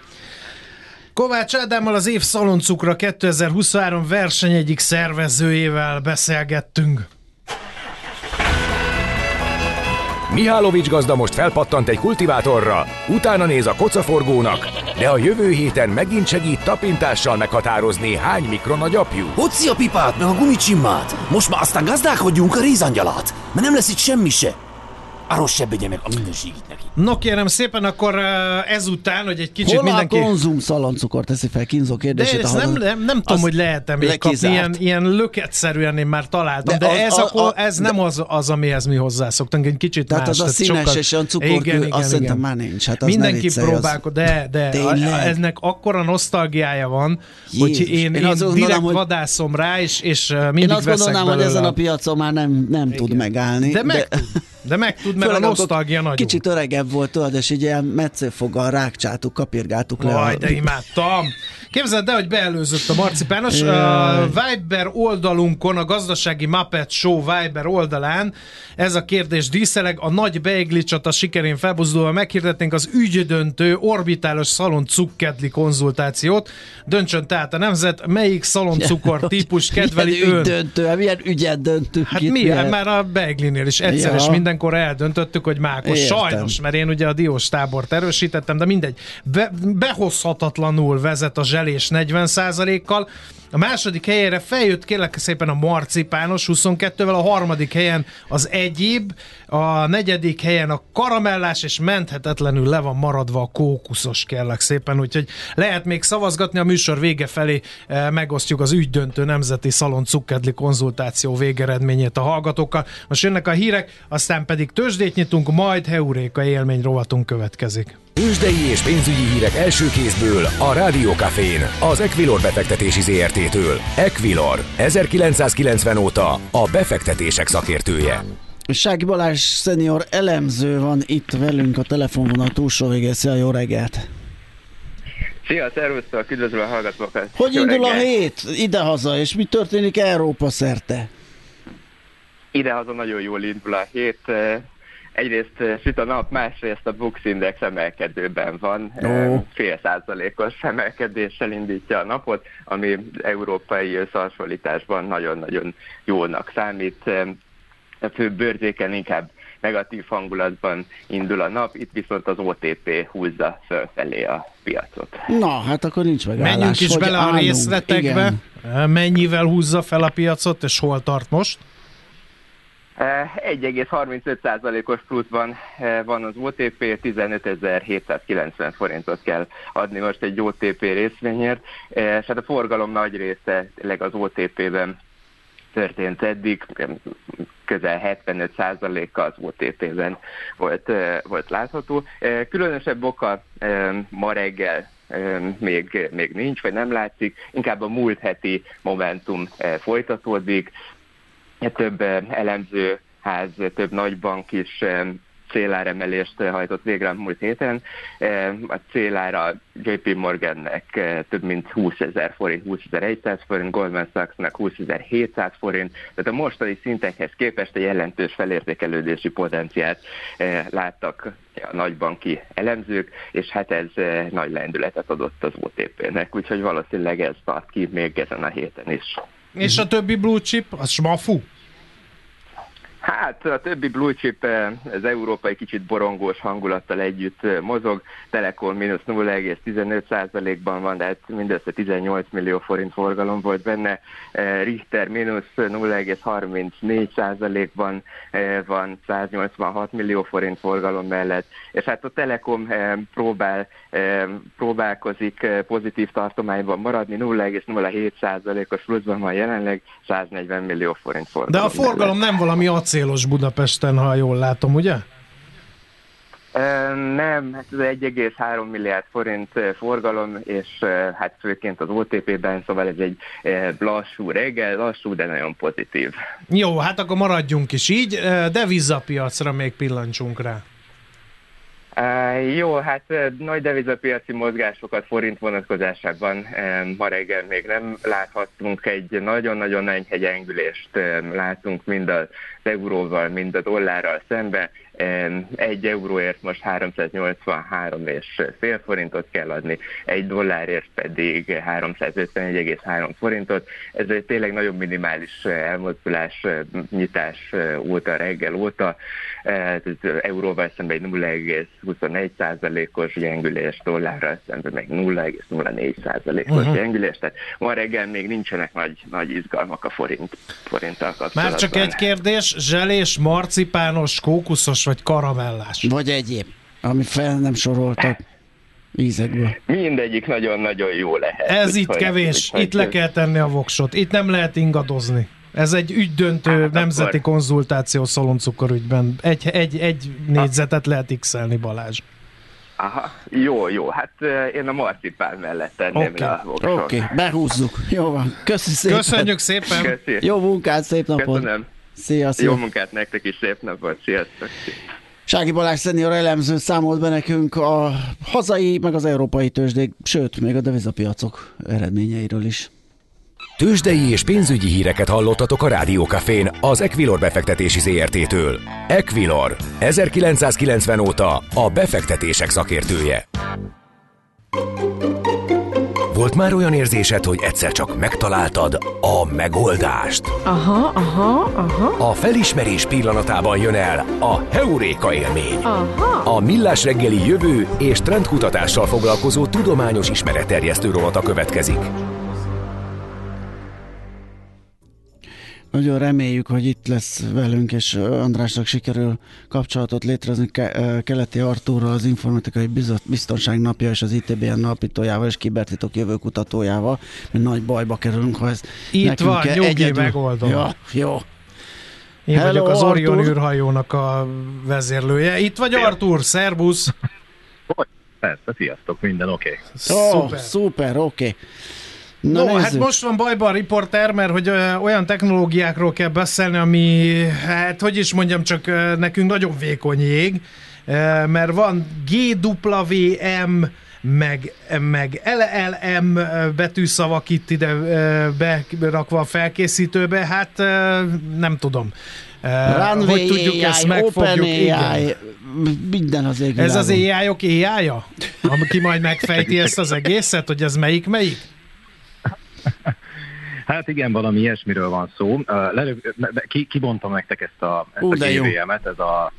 Kovács Ádámmal, az év szaloncukra kétezer-huszonhárom verseny egyik szervezőjével beszélgettünk. Mihálovics gazda most felpattant egy kultivátorra, utána néz a kocaforgónak, de a jövő héten megint segít tapintással meghatározni, hány mikron a gyapjú. Hocsi a pipát, meg a gumicsimmát! Most már aztán gazdálkodjunk a rézangyalát, mert nem lesz itt semmi se. Arról se begye meg a minőségét neki. No kérem szépen, akkor ezután, hogy egy kicsit hol mindenki... Hol a konzum szaloncukor, teszi fel kínzó kérdését. De ezt nem, nem, nem tudom, hogy lehet-e még kapni, ilyen, ilyen löketszerűen én már találtam, de, de ez, a, a, ez de, nem az, az, amihez mi hozzászoktunk, egy kicsit tehát más. Tehát az a színes sokkal... és olyan cukorkő, azt szerintem már nincs. Hát az mindenki próbálkod, de, de a, ennek akkora nosztalgiája van, Jézus. Hogy én, én, én direkt gondolom, hogy... vadászom rá, és, és mindig én azt veszek gondolnám, belőle. hogy ezen a piacon már nem, nem tud megállni. De meg tud. De meg tud, mert a nosztalgia nagyon. Kicsit öregebb volt, tudod, és így ilyen metszőfoggal rákcsáltuk, kapirgáltuk le. Vaj, a... de imádtam! Képzeld el, hogy beelőzött a marcipános. A Viber oldalunkon, a gazdasági Muppet Show Viber oldalán ez a kérdés díszeleg. A nagy beigli-csata sikerén felbuzdulva meghirdetnénk az ügydöntő orbitálos szaloncukkedli konzultációt. Döntsön tehát a nemzet, melyik szaloncukor típus kedveli milyen ön. Ügydöntő, milyen ügyet döntünk Hát mi? Már a beiglinél is egyszer ja. és mindenkor eldöntöttük, hogy mákos. Értem. Sajnos, mert én ugye a diós tábort erősítettem, de mindegy. Be, behozhatatlanul vezet a zselés negyven százalékkal. A második helyére feljött kérlek szépen a marcipános huszonkettővel, a harmadik helyen az egyéb, a negyedik helyen a karamellás, és menthetetlenül le van maradva a kókuszos kérlek szépen, úgyhogy lehet még szavazgatni, a műsor vége felé eh, megosztjuk az ügydöntő nemzeti szaloncukkedli konzultáció végeredményét a hallgatókkal. Most jönnek a hírek, aztán pedig tőzsdét nyitunk, majd heuréka élmény rovatunk következik. Tőzsdei és pénzügyi hírek első kézből a Rádió Cafén, az Equilor befektetési zé er té-től. Equilor, ezerkilencszázkilencven óta a befektetések szakértője. Sági Balázs szenior elemző van itt velünk a telefonvonal túlsó végén. Szia, jó reggelt! Szia, szervusztok, üdvözlöm a hallgatókat! Hogy Jó indul reggel. a hét idehaza, és mi történik Európa szerte? Idehaza nagyon jól indul a hét. Egyrészt süt a nap, másrészt a Bux Index emelkedőben van. Ó. Fél százalékos emelkedéssel indítja a napot, ami európai összehasonlításban nagyon-nagyon jónak számít. A fő bőrzéken inkább negatív hangulatban indul a nap, itt viszont az o té pé húzza fölfelé a piacot. Na, hát akkor nincs megállás. Menjünk is Hogy bele a állunk? részletekbe. Igen. Mennyivel húzza fel a piacot, és hol tart most? egy egész harmincöt százalékos pluszban van az o té pé, tizenötezer-hétszázkilencven forintot kell adni most egy o té pé részvényért, és hát a forgalom nagy része tényleg az o té pében történt eddig, közel hetvenöt százaléka az o té pében volt, volt látható. Különösebb oka ma reggel még, még nincs, vagy nem látszik, inkább a múlt heti momentum folytatódik. Több elemzőház, több nagybank is céláremelést hajtott végre a múlt héten. A célára jé pé Morgannek több mint húszezer forint, húszezer-száz forint, Goldman Sachsnak húszezer-hétszáz forint, tehát a mostani szintekhez képest egy jelentős felértékelődési potenciált láttak a nagybanki elemzők, és hát ez nagy lendületet adott az o té pének, úgyhogy valószínűleg ez tart ki még ezen a héten is. És a többi blue chip, az smafu? Hát a többi blue chip az európai kicsit borongós hangulattal együtt mozog, Telekom mínusz nulla egész tizenöt százalékban van, de hát mindössze tizennyolc millió forint forgalom volt benne, Richter mínusz nulla egész harmincnégy százalékban van száznyolcvanhat millió forint forgalom mellett, és hát a Telekom próbál, próbálkozik pozitív tartományban maradni, nulla egész nulla hét százalékos pluszban van jelenleg, száznegyven millió forint forgalom. De a forgalom mellett. nem valami acélos Budapesten, ha jól látom, ugye? Nem, hát ez egy egész három milliárd forint forgalom, és hát főként az o té pében, szóval ez egy lassú reggel, lassú, de nagyon pozitív. Jó, hát akkor maradjunk is így, devizapiacra még pillancsunk rá. Uh, jó, hát uh, nagy devizapiaci mozgásokat forint vonatkozásában uh, ma reggel még nem láthattunk, egy nagyon-nagyon enyhe gyengülést uh, látunk mind az euróval, mind a dollárral szemben. Um, egy euróért most háromszáznyolcvanhárom és fél forintot kell adni, egy dollárért pedig háromszázötvenegy egész három forintot. Ez egy tényleg nagyon minimális elmozdulás nyitás óta, reggel óta. Uh, euróval szemben egy nulla egész huszonegy százalékos gyengülés, dollárral szemben meg nulla egész nulla négy százalékos uh-huh. gyengülés, tehát ma reggel még nincsenek nagy, nagy izgalmak a forint, forinttal kapcsolatban. Már csak egy kérdés, zselés, marcipános, kókuszos vagy karamellás? Vagy egyéb, ami fel nem soroltak ízekből. Mindegyik nagyon-nagyon jó lehet. Ez úgy, itt hogy, kevés, úgy, itt le kell tenni a voksot, itt nem lehet ingadozni. Ez egy ügydöntő hát nemzeti akkor... konzultáció szaloncukorügyben. Egy, egy, egy négyzetet lehet x-elni, Balázs. Aha, jó, jó. Hát én a marcipán mellett tenném okay. le a voksot. Oké, okay. Behúzzuk. Jó van. Köszi szépen. Köszönjük szépen. Köszi. Jó munkát, szép napot. Köszönöm. Szia, szia. Jó munkát nektek is, szép napot. Sziasztok. Sági Balázs szenior elemző számolt be nekünk a hazai, meg az európai tőzsdék, sőt, még a devizapiacok eredményeiről is. Tőzsdei és pénzügyi híreket hallottatok a Rádiókafén az Equilor befektetési zé er té-től. Equilor, ezerkilencszázkilencven óta a befektetések szakértője. Volt már olyan érzésed, hogy egyszer csak megtaláltad a megoldást? Aha, aha, aha. A felismerés pillanatában jön el a heuréka élmény. Aha. A Millás reggeli jövő és trendkutatással foglalkozó tudományos ismeretterjesztő rovata következik. Nagyon reméljük, hogy itt lesz velünk, és Andrásnak sikerül kapcsolatot létrehozni Ke- Keleti Artúrral, az Informatikai Biztonság Napja és az i té bé en alapítójával és kibertitok jövőkutatójával, mert nagy bajba kerülünk, ha ez itt van, kell nyugi, egyedül... megoldom. Ja, jó. Én Hello, vagyok az Orion Artur. űrhajónak a vezérlője. Itt vagy, Artur, szervusz! Persze, sziasztok, minden oké. Okay. Oh, Szuper, szuper, oké. Okay. Na, no, nézzük. hát most van bajban a riporter, mert hogy ö, olyan technológiákról kell beszélni, ami, hát hogy is mondjam, csak ö, nekünk nagyon vékony jég, ö, mert van gé dupla vé em meg, meg el el em betűszavak itt ide berakva a felkészítőbe, hát nem tudom. Runway hogy tudjuk á i, ezt megfogjuk. Open á i, minden az égvilágon. Ez az á i-ok á i-ja? Aki majd megfejti ezt az egészet, hogy ez melyik melyik? Hát igen, valami ilyesmiről van szó. Kibontom nektek ezt a, ezt Ú, a gé vé em-et, ez a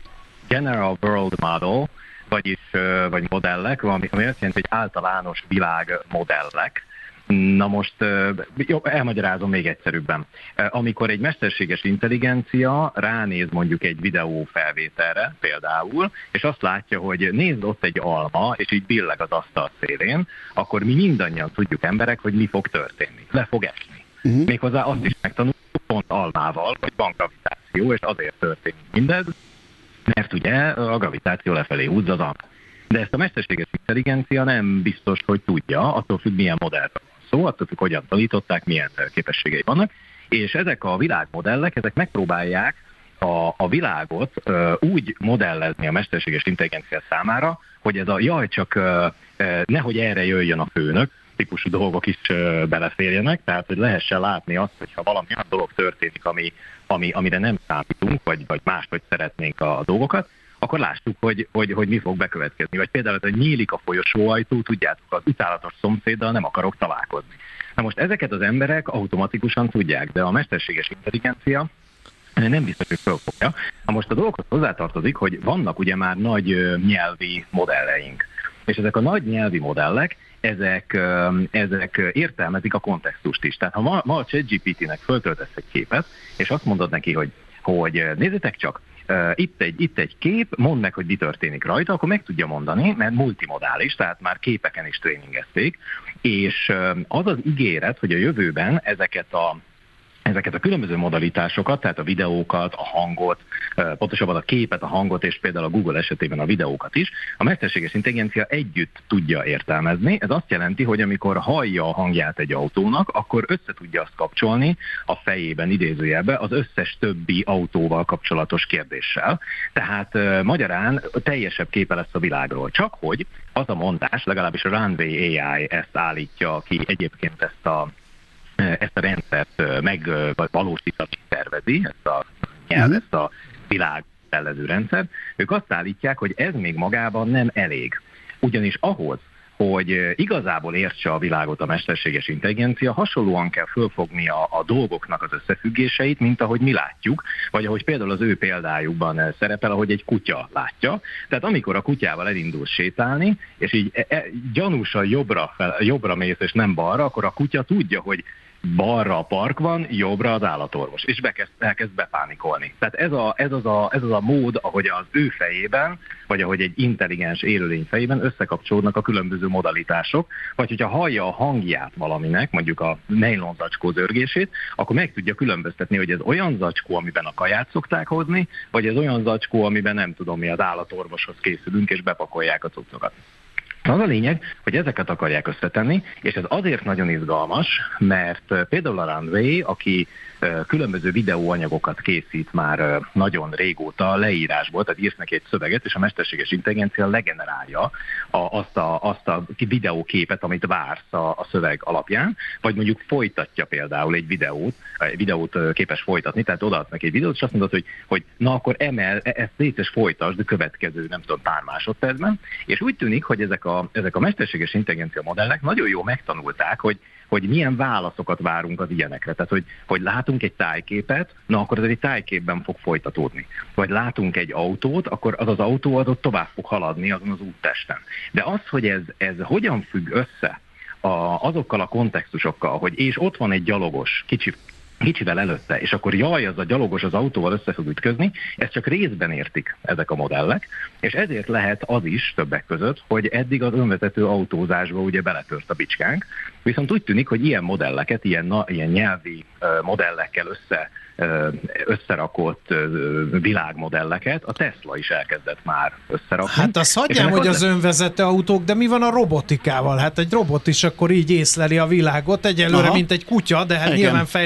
General World Model, vagyis vagy modellek, ami, ami azt jelenti, hogy általános világmodellek. Na most jó, elmagyarázom még egyszerűbben. Amikor egy mesterséges intelligencia ránéz mondjuk egy videó felvételre például, és azt látja, hogy nézd ott egy alma, és így billeg az asztal szélén, akkor mi mindannyian tudjuk emberek, hogy mi fog történni. Le fog esni. Uh-huh. Méghozzá azt is megtanuljuk pont almával, hogy van gravitáció, és azért történik mindez, mert ugye a gravitáció lefelé húzza az almát. De ezt a mesterséges intelligencia nem biztos, hogy tudja, attól függ, milyen modellről van szó, attól függ, hogyan tanították, milyen képességei vannak, és ezek a világmodellek, ezek megpróbálják a, a világot ö, úgy modellezni a mesterséges intelligencia számára, hogy ez a jaj, csak ö, ö, nehogy erre jöjjön a főnök, típusú dolgok is ö, beleférjenek, tehát hogy lehessen látni azt, hogyha valami olyan dolog történik, ami, ami, amire nem számítunk, vagy, vagy máshogy szeretnénk a, a dolgokat, akkor lássuk, hogy, hogy, hogy mi fog bekövetkezni. Vagy például, hogy nyílik a folyosóajtó, tudjátok, az utálatos szomszéddal nem akarok találkozni. Na most ezeket az emberek automatikusan tudják, de a mesterséges intelligencia nem biztos, hogy fölfogja. Na most a dologhoz hozzátartozik, hogy vannak ugye már nagy nyelvi modelleink. És ezek a nagy nyelvi modellek, ezek, ezek értelmezik a kontextust is. Tehát ha ma, ma a ChatGPT-nek föltöltesz egy képet, és azt mondod neki, hogy, hogy nézzétek csak, Uh, itt, egy, itt egy kép, mondd meg, hogy mi történik rajta, akkor meg tudja mondani, mert multimodális, tehát már képeken is tréningezték, és uh, az az ígéret, hogy a jövőben ezeket a ezeket a különböző modalitásokat, tehát a videókat, a hangot, pontosabban a képet, a hangot, és például a Google esetében a videókat is, a mesterséges intelligencia együtt tudja értelmezni. Ez azt jelenti, hogy amikor hallja a hangját egy autónak, akkor össze tudja azt kapcsolni a fejében, idézőjelben, az összes többi autóval kapcsolatos kérdéssel. Tehát magyarán teljesebb képe lesz a világról. Csak hogy az a mondás, legalábbis a Runway á i ezt állítja ki, egyébként ezt a ezt a rendszert megvalósítani tervezi, ezt a nyelv, uh-huh. ezt a világ tellező rendszer, ők azt állítják, hogy ez még magában nem elég. Ugyanis ahhoz, hogy igazából értse a világot a mesterséges intelligencia, hasonlóan kell fölfognia a dolgoknak az összefüggéseit, mint ahogy mi látjuk, vagy ahogy például az ő példájukban szerepel, ahogy egy kutya látja. Tehát amikor a kutyával elindul sétálni, és így e- e- gyanúsan jobbra, fel, jobbra mész, és nem balra, akkor a kutya tudja, hogy balra a park van, jobbra az állatorvos, és bekezd, elkezd bepánikolni. Tehát ez, a, ez, az a, ez az a mód, ahogy az ő fejében, vagy ahogy egy intelligens élőlény fejében összekapcsolódnak a különböző modalitások, vagy hogyha hallja a hangját valaminek, mondjuk a nejlon zacskó zörgését, akkor meg tudja különböztetni, hogy ez olyan zacskó, amiben a kaját szokták hozni, vagy ez olyan zacskó, amiben nem tudom mi, az állatorvoshoz készülünk, és bepakolják a cuccokat. Az a lényeg, hogy ezeket akarják összetenni, és ez azért nagyon izgalmas, mert például a Runway, aki különböző videóanyagokat készít már nagyon régóta leírásból, tehát írsz neki egy szöveget, és a mesterséges intelligencia legenerálja a, azt, a, azt a videóképet, amit vársz a, a szöveg alapján, vagy mondjuk folytatja például egy videót, egy videót képes folytatni, tehát odaadsz neki egy videót, és azt mondod, hogy, hogy na akkor emel, ezt létszes folytasd a következő, nem tudom, pár másodpercben, és úgy tűnik, hogy ezek a, ezek a mesterséges intelligencia modellek nagyon jól megtanulták, hogy hogy milyen válaszokat várunk az ilyenekre. Tehát, hogy, hogy látunk egy tájképet, na akkor ez egy tájképben fog folytatódni. Vagy látunk egy autót, akkor az az autó az ott tovább fog haladni azon az úttesten. De az, hogy ez, ez hogyan függ össze a, azokkal a kontextusokkal, hogy és ott van egy gyalogos, kicsi, kicsivel előtte, és akkor jaj, az a gyalogos az autóval össze fog ütközni, ezt csak részben értik ezek a modellek, és ezért lehet az is többek között, hogy eddig az önvezető autózásba ugye beletört a bicskánk, viszont úgy tűnik, hogy ilyen modelleket, ilyen, na, ilyen nyelvi uh, modellekkel össze, uh, összerakott uh, világmodelleket a Tesla is elkezdett már összerakni. Hát azt hagyjám, hogy az önvezető autók, de mi van a robotikával? Hát egy robot is akkor így észleli a világot, egyelőre, aha, mint egy kutya, de hát igen, nyilván fejlődik a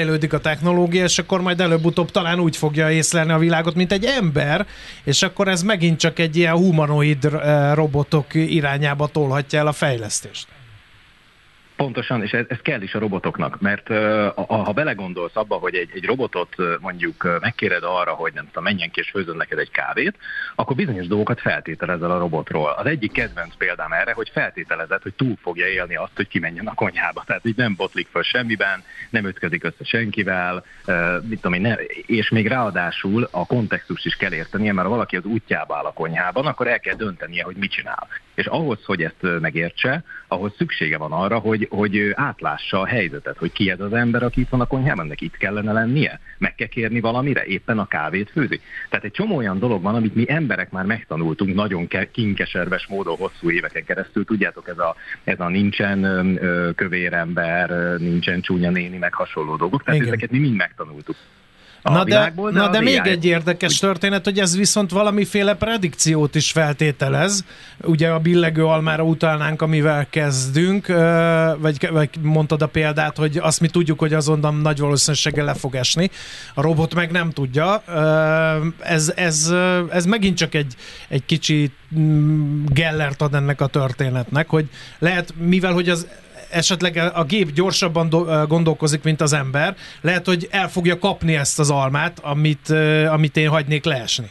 technológia, és akkor majd előbb-utóbb talán úgy fogja észlelni a világot, mint egy ember, és akkor ez megint csak egy ilyen humanoid robotok irányába tolhatja el a fejlesztést. Pontosan, és ez, ez kell is a robotoknak, mert uh, ha belegondolsz abba, hogy egy, egy robotot mondjuk megkéred arra, hogy nem tudom, menjen ki és főzön neked egy kávét, akkor bizonyos dolgokat feltételezel a robotról. Az egyik kedvenc példám erre, hogy feltételezed, hogy túl fogja élni azt, hogy kimenjen a konyhába. Tehát így nem botlik föl semmiben, nem ütközik össze senkivel, uh, mit tudom én, ne, és még ráadásul a kontextust is kell értenie, mert ha valaki az útjába áll a konyhában, akkor el kell döntenie, hogy mit csinál. És ahhoz, hogy ezt megértse, ahhoz szüksége van arra, hogy hogy átlássa a helyzetet, hogy ki ez az ember, aki itt van a konyhában, neki itt kellene lennie, meg kell kérni valamire, éppen a kávét főzi. Tehát egy csomó olyan dolog van, amit mi emberek már megtanultunk nagyon kinkeserves módon hosszú éveken keresztül. Tudjátok, ez a, ez a nincsen ö, kövér ember, nincsen csúnya néni, meg hasonló dolgok. Tehát igen, ezeket mi mind megtanultuk. Na de, de, na de még egy érdekes történet, hogy ez viszont valamiféle predikciót is feltételez. Ugye a billegő almára utalnánk, amivel kezdünk, vagy, vagy mondtad a példát, hogy azt mi tudjuk, hogy azonnal nagy valószínűséggel le fog esni. A robot meg nem tudja. Ez, ez, ez megint csak egy, egy kicsi gellert ad ennek a történetnek, hogy lehet, mivel hogy az esetleg a gép gyorsabban do- gondolkozik, mint az ember, lehet, hogy el fogja kapni ezt az almát, amit, amit én hagynék leesni.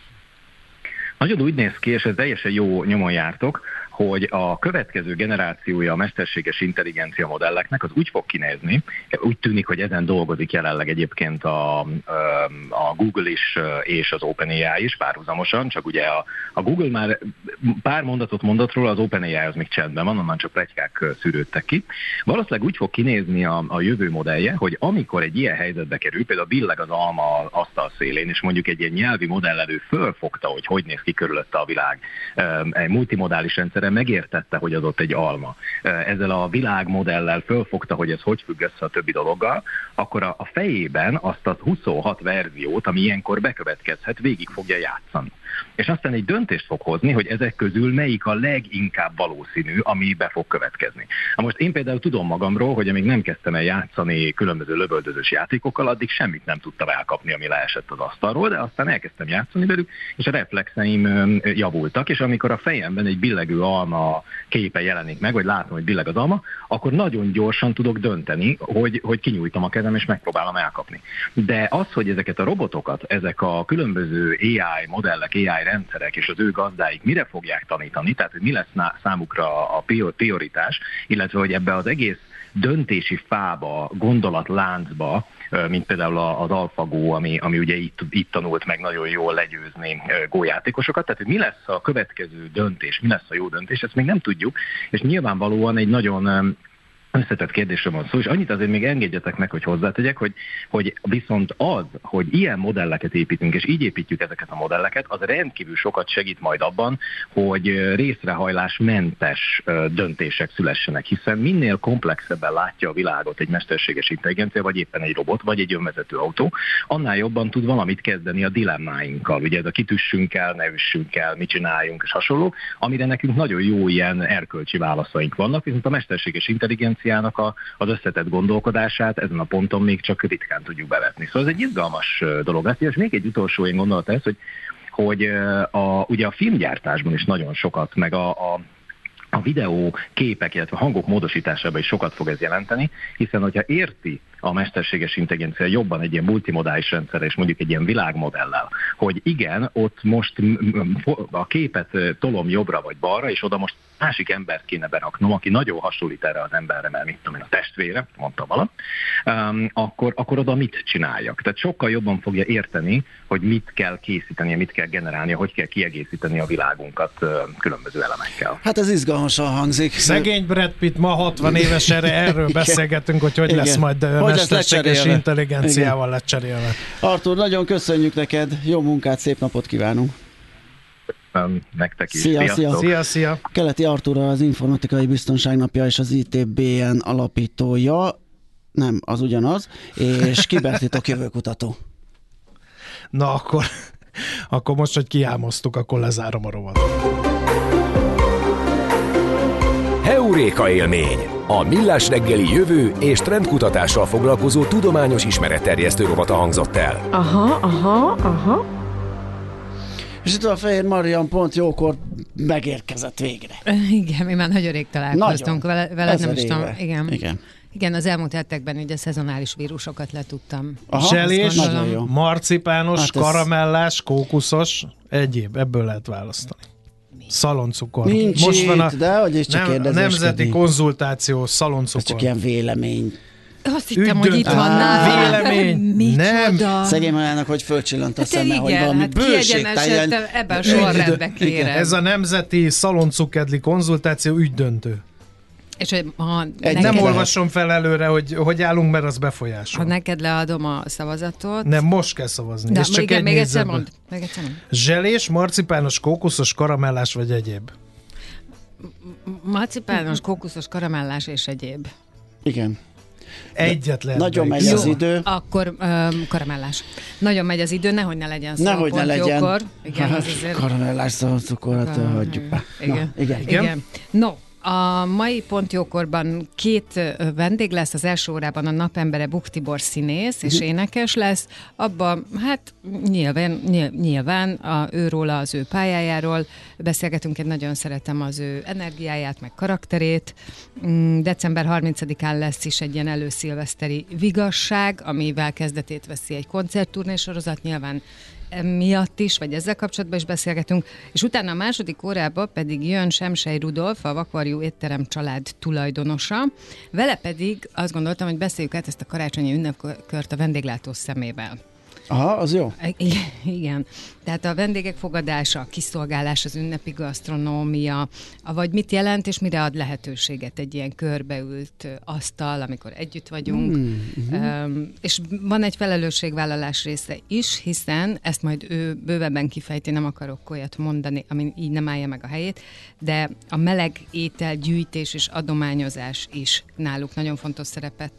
Nagyon úgy néz ki, és ez teljesen jó nyomon jártok, hogy a következő generációja a mesterséges intelligencia modelleknek az úgy fog kinézni, úgy tűnik, hogy ezen dolgozik jelenleg egyébként a, a Google is és az OpenAI is párhuzamosan, csak ugye a, a Google már pár mondatot mondott róla, az OpenAI az még csendben van, onnan csak pletykák szűrődtek ki. Valószínűleg úgy fog kinézni a, a jövő modellje, hogy amikor egy ilyen helyzetbe kerül, például billeg az alma asztal szélén, és mondjuk egy ilyen nyelvi modellelő fölfogta, hogy hogy néz ki körülötte a világ, egy multimodális rendszer megértette, hogy adott egy alma. Ezzel a világmodellel fölfogta, hogy ez hogy függ össze a többi dologgal, akkor a, a fejében azt a huszonhat verziót, ami ilyenkor bekövetkezhet, végig fogja játszani. És aztán egy döntést fog hozni, hogy ezek közül melyik a leginkább valószínű, ami be fog következni. Na most én például tudom magamról, hogy amíg nem kezdtem el játszani különböző lövöldözős játékokkal, addig semmit nem tudtam elkapni, ami leesett az asztalról, de aztán elkezdtem játszani velük, és a reflexeim javultak, és amikor a fejemben egy billegő alma képe jelenik meg, vagy látom, hogy billeg az alma, akkor nagyon gyorsan tudok dönteni, hogy, hogy kinyújtom a kezem, és megpróbálom elkapni. De az, hogy ezeket a robotokat, ezek a különböző á i modellek, á i rendszerek és az ő gazdáik mire fogják tanítani, tehát hogy mi lesz számukra a prioritás, illetve hogy ebbe az egész döntési fába, gondolatláncba, mint például az AlphaGo, ami, ami ugye itt, itt tanult meg nagyon jól legyőzni gójátékosokat, tehát hogy mi lesz a következő döntés, mi lesz a jó döntés, ezt még nem tudjuk, és nyilvánvalóan egy nagyon összetett kérdésről van szó, és annyit azért még engedjetek meg, hogy hozzátegyek, hogy, hogy viszont az, hogy ilyen modelleket építünk, és így építjük ezeket a modelleket, az rendkívül sokat segít majd abban, hogy részrehajlásmentes döntések szülessenek, hiszen minél komplexebben látja a világot egy mesterséges intelligencia, vagy éppen egy robot, vagy egy önvezető autó, annál jobban tud valamit kezdeni a dilemmáinkkal. Ugye ez a kitüssünk el, ne üssünk el, mit csináljunk, és hasonló, amire nekünk nagyon jó ilyen erkölcsi válaszaink vannak, viszont a mesterséges intelligencia A, az összetett gondolkodását ezen a ponton még csak ritkán tudjuk bevetni. Szóval ez egy izgalmas dolog lesz, és még egy utolsó én gondolat ez, hogy, hogy a, ugye a filmgyártásban is nagyon sokat, meg a, a a videó, képek, illetve hangok módosításában is sokat fog ez jelenteni, hiszen hogyha érti a mesterséges intelligencia jobban egy ilyen multimodális rendszer, és mondjuk egy ilyen világmodellel, hogy igen, ott most a képet tolom jobbra vagy balra, és oda most másik embert kéne beraknom, aki nagyon hasonlít erre az emberre, mert mit tudom én, a testvére, mondta vala, um, akkor, akkor oda mit csináljak? Tehát sokkal jobban fogja érteni, hogy mit kell készítenie, mit kell generálnia, hogy kell kiegészíteni a világunkat uh, különböző elemekkel. Hát ez izgalmasan hangzik. Szegény Brad Pitt ma hatvan éves, erre, erről beszélgetünk, hogy hogy igen. lesz majd hogy mesterséges intelligenciával lecserélve. Artúr, nagyon köszönjük neked, jó munkát, szép napot kívánunk! Nektek is. Szia, szia. szia, szia. Keleti Artúr az Informatikai Biztonság Napja és az i té bé en alapítója, nem, az ugyanaz, és kibertitok jövőkutató. Na akkor, akkor most, hogy kiálmoztuk, akkor lezárom a rovatot. Euréka élmény! A Millás reggeli jövő és trendkutatással foglalkozó tudományos ismeretterjesztő rovata hangzott el. Aha, aha, aha. És itt a Fehér Marian pont jókor megérkezett végre. Igen, mi már nagyon rég találkoztunk vele, veled, nem is tudom. Igen. Igen. Igen, az elmúlt hetekben ugye szezonális vírusokat letudtam. Zselés, nagyon marcipános, Hát ez- karamellás, kókuszos, egyéb, ebből lehet választani. Szaloncukor. Nincs Most van a, itt, de hogy is csak nem, a kérdezéskedni. nemzeti konzultáció Ez szaloncukor. csak ilyen vélemény. Azt hittem, Ügydönt- hogy itt van Á, nálam. vélemény. Micsoda. Szegény olyanok, hogy fölcsillant a Hát szeme, hogy igen, valami hát bőségtelen... kiegyenesedtem, ebben a sorrendbe kérem. Ez a nemzeti szaloncukedli konzultáció ügydöntő. És hogy ha Egy neked, Nem lehet. olvasom fel előre, hogy hogy állunk, mert az befolyásol. ha neked leadom a szavazatot... Nem, most kell szavazni. De és csak igen, egy még egyszer négyzetből. mond. Még egyszer mond. Zselés, marcipános, kókuszos, karamellás vagy egyéb. Marcipános, kókuszos, karamellás és egyéb. Igen. Egyet lehet Nagyon megy beigazolni. az idő. Akkor um, karamellás. Nagyon megy az idő, nehogy ne legyen szó. Nehogy ne pont legyen. jókor. Igen, az azért... Karamellás szaloncukorát Kar- hagyjuk be. Igen. Na, igen. Igen. Igen. No, a mai Pontjókorban két ö, vendég lesz, az első órában a napembere Buk Tibor színész és énekes lesz, abban hát nyilván, nyilván, nyilván a, őróla, az ő pályájáról beszélgetünk, én nagyon szeretem az ő energiáját, meg karakterét. Mm, december harmincadikán lesz is egy ilyen előszilveszteri vigasság, amivel kezdetét veszi egy koncertturné sorozat, nyilván miatt is, vagy ezzel kapcsolatban is beszélgetünk, és utána a második órában pedig jön Semsej Rudolf, a Vakvarjú étterem család tulajdonosa. Vele pedig azt gondoltam, hogy beszéljük át ezt a karácsonyi ünnepkört a vendéglátó szemével. Aha, az jó. I- Igen. Tehát a vendégek fogadása, a kiszolgálás, az ünnepi gasztronómia, vagy mit jelent, és mire ad lehetőséget egy ilyen körbeült ö, asztal, amikor együtt vagyunk. Mm, um, és van egy felelősségvállalás része is, hiszen ezt majd ő bővebben kifejti, nem akarok olyat mondani, ami így nem állja meg a helyét, de a meleg étel gyűjtés és adományozás is náluk nagyon fontos szerepet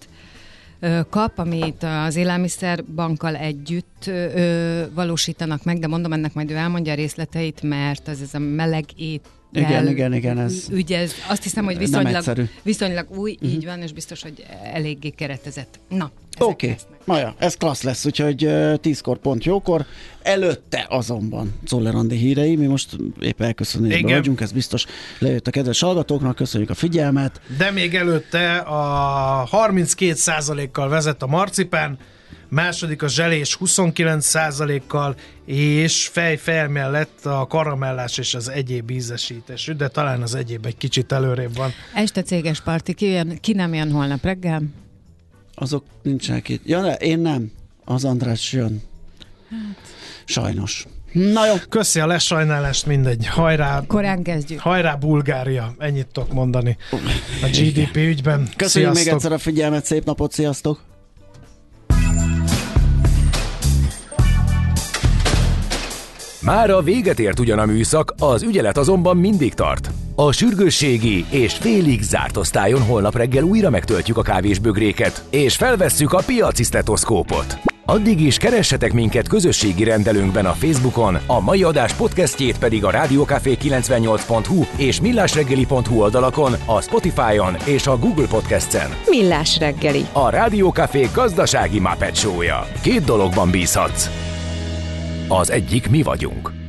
ö, kap, amit az élelmiszerbankkal együtt ö, valósítanak meg, de mondom, ennek majd ő elmondja a részleteit, mert az ez a meleg étel Igen, igen, igen, ez ügy, ez azt hiszem, hogy nem viszonylag, egyszerű. viszonylag új, uh-huh. így van, és biztos, hogy eléggé keretezett. Na, ezek Oké, okay. lesznek. Maja, ez klassz lesz, úgyhogy uh, tízkor pont jókor. Előtte azonban Czoller Andi hírei, mi most épp elköszönésben Igen. vagyunk, ez biztos lejött a kedves hallgatóknak, köszönjük a figyelmet. De még előtte a harminckét százalékkal vezet a marcipán, második a zselés huszonkilenc százalékkal, és fej-fej mellett a karamellás és az egyéb ízesítésű, de talán az egyéb egy kicsit előrébb van. Este céges parti, ki, jön, ki nem jön holnap reggel? Azok nincsenek itt. Ja, ne, én nem. Az András jön. Sajnos. Na jó. Köszi a lesajnálást, mindegy. Hajrá, Korán kezdjük. hajrá Bulgária, ennyit tudok mondani a gé dé pé ügyben. Köszönjük még Sziasztok. egyszer a figyelmet, szép napot, sziasztok! Mára véget ért ugyan a műszak, az ügyelet azonban mindig tart. A sürgősségi és félig zárt osztályon holnap reggel újra megtöltjük a kávésbögréket, és felvesszük a piaci sztetoszkópot. Addig is keressetek minket közösségi rendelőnkben a Facebookon, a mai adás podcastjét pedig a rádiókafé kilencvennyolc pont hu és millásreggeli pont hu oldalakon, a Spotify-on és a Google Podcast-en. Millás reggeli. A Rádiókafé gazdasági Muppet Show-ja. Két dologban bízhatsz. Az egyik mi vagyunk.